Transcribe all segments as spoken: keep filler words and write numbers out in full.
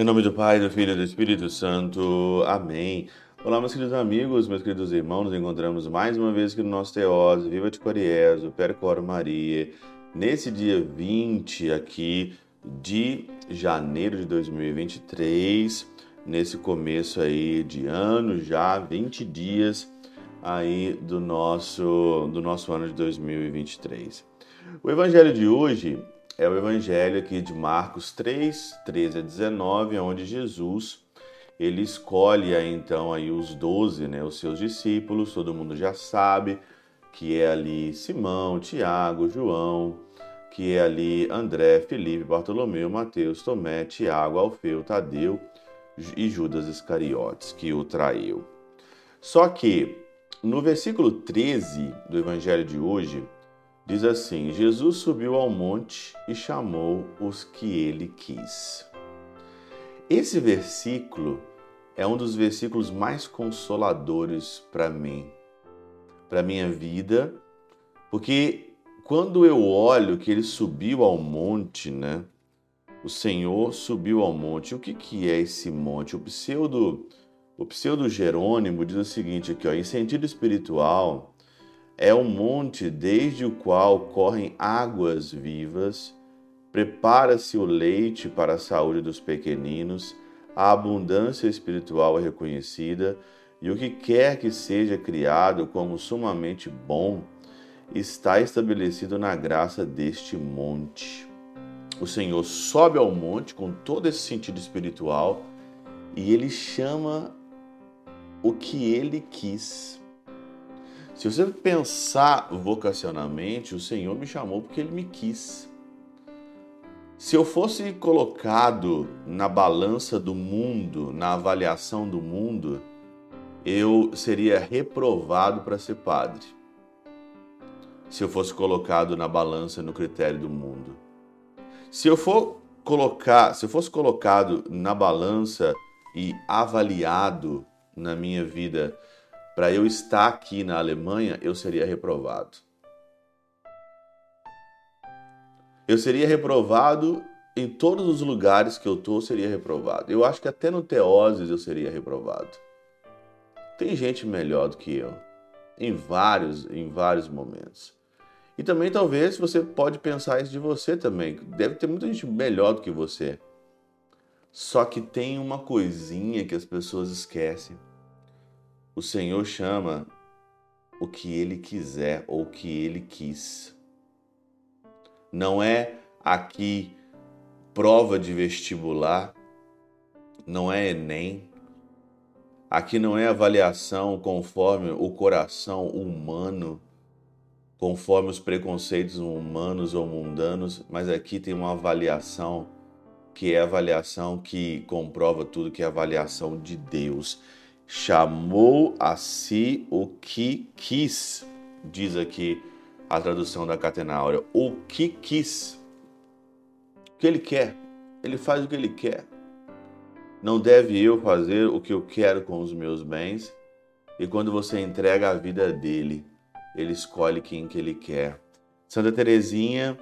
Em nome do Pai, do Filho e do Espírito Santo. Amém. Olá, meus queridos amigos, meus queridos irmãos, nos encontramos mais uma vez aqui no nosso Teós, Viva de Coriésio, Percor Maria, nesse dia vinte aqui de janeiro de dois mil e vinte e três, nesse começo aí de ano, já vinte dias aí do nosso, do nosso ano de dois mil e vinte e três. O evangelho de hoje é o evangelho aqui de Marcos três, treze a dezenove, onde Jesus ele escolhe aí, então aí os doze, né, os seus discípulos. Todo mundo já sabe que é ali Simão, Tiago, João, que é ali André, Felipe, Bartolomeu, Mateus, Tomé, Tiago, Alfeu, Tadeu e Judas Iscariotes, que o traiu. Só que no versículo treze do evangelho de hoje, diz assim: Jesus subiu ao monte e chamou os que ele quis. Esse versículo é um dos versículos mais consoladores para mim, para minha vida, porque quando eu olho que ele subiu ao monte, né? O Senhor subiu ao monte. O que, que é esse monte? O pseudo, o pseudo Jerônimo diz o seguinte aqui, ó, em sentido espiritual, é um monte desde o qual correm águas vivas, prepara-se o leite para a saúde dos pequeninos, a abundância espiritual é reconhecida, e o que quer que seja criado como sumamente bom está estabelecido na graça deste monte. O Senhor sobe ao monte com todo esse sentido espiritual e ele chama o que ele quis. Se você pensar vocacionalmente, o Senhor me chamou porque Ele me quis. Se eu fosse colocado na balança do mundo, na avaliação do mundo, eu seria reprovado para ser padre. Se eu fosse colocado na balança no critério do mundo. Se eu for colocar, se eu fosse colocado na balança e avaliado na minha vida, para eu estar aqui na Alemanha, eu seria reprovado. Eu seria reprovado em todos os lugares que eu estou, eu seria reprovado. Eu acho que até no Teoses eu seria reprovado. Tem gente melhor do que eu, em vários, em vários momentos. E também talvez você pode pensar isso de você também. Deve ter muita gente melhor do que você. Só que tem uma coisinha que as pessoas esquecem. O Senhor chama o que Ele quiser ou o que Ele quis. Não é aqui prova de vestibular, não é Enem. Aqui não é avaliação conforme o coração humano, conforme os preconceitos humanos ou mundanos, mas aqui tem uma avaliação que é a avaliação que comprova tudo, que é a avaliação de Deus. Chamou a si o que quis, diz aqui a tradução da Catena Áurea. O que quis. O que ele quer. Ele faz o que ele quer. Não deve eu fazer o que eu quero com os meus bens. E quando você entrega a vida dele, ele escolhe quem que ele quer. Santa Teresinha,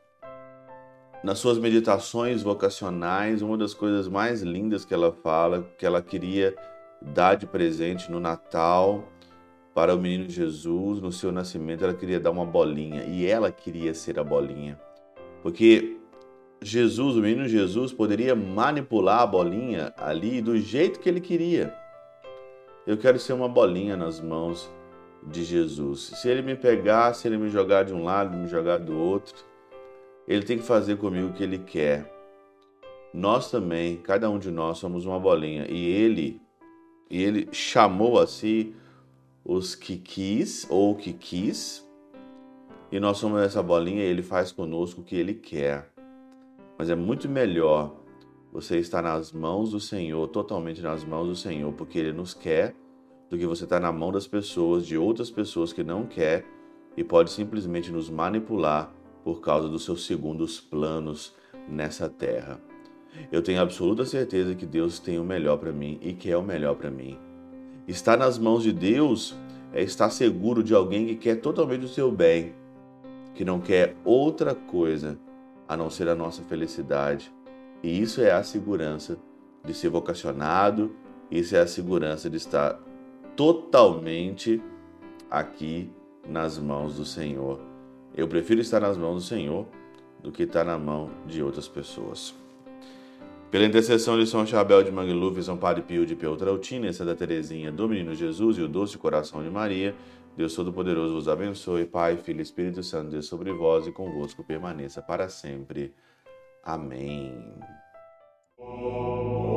nas suas meditações vocacionais, uma das coisas mais lindas que ela fala, que ela queria dar de presente no Natal para o menino Jesus, no seu nascimento, ela queria dar uma bolinha, e ela queria ser a bolinha, porque Jesus, o menino Jesus, poderia manipular a bolinha ali do jeito que ele queria. Eu quero ser uma bolinha nas mãos de Jesus. Se ele me pegar, se ele me jogar de um lado, me jogar do outro, ele tem que fazer comigo o que ele quer. Nós também, cada um de nós, somos uma bolinha, e ele E ele chamou a si os que quis ou que quis. E nós somos essa bolinha e ele faz conosco o que ele quer. Mas é muito melhor você estar nas mãos do Senhor, totalmente nas mãos do Senhor, porque Ele nos quer, do que você estar na mão das pessoas, de outras pessoas que não quer e pode simplesmente nos manipular por causa dos seus segundos planos nessa terra. Eu tenho absoluta certeza que Deus tem o melhor para mim e quer o melhor para mim. Estar nas mãos de Deus é estar seguro de alguém que quer totalmente o seu bem, que não quer outra coisa a não ser a nossa felicidade. E isso é a segurança de ser vocacionado. Isso é a segurança de estar totalmente aqui nas mãos do Senhor. Eu prefiro estar nas mãos do Senhor do que estar na mão de outras pessoas. Pela intercessão de São Chabel de Mangluf, São Padre Pio de Peltrautina, Santa Teresinha do Menino Jesus e o Doce Coração de Maria, Deus Todo-Poderoso vos abençoe. Pai, Filho e Espírito Santo, Deus sobre vós e convosco permaneça para sempre. Amém.